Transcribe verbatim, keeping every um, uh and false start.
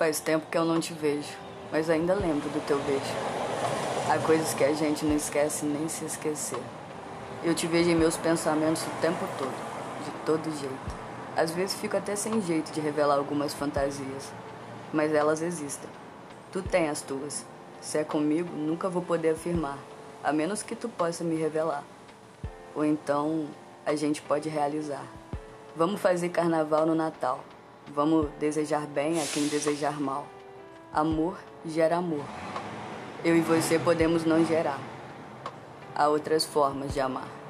Faz tempo que eu não te vejo, mas ainda lembro do teu beijo. Há coisas que a gente não esquece nem se esquecer. Eu te vejo em meus pensamentos o tempo todo, de todo jeito. Às vezes fico até sem jeito de revelar algumas fantasias, mas elas existem. Tu tem as tuas. Se é comigo, nunca vou poder afirmar, a menos que tu possa me revelar. Ou então, a gente pode realizar. Vamos fazer carnaval no Natal. Vamos desejar bem a quem desejar mal. Amor gera amor. Eu e você podemos não gerar. Há outras formas de amar.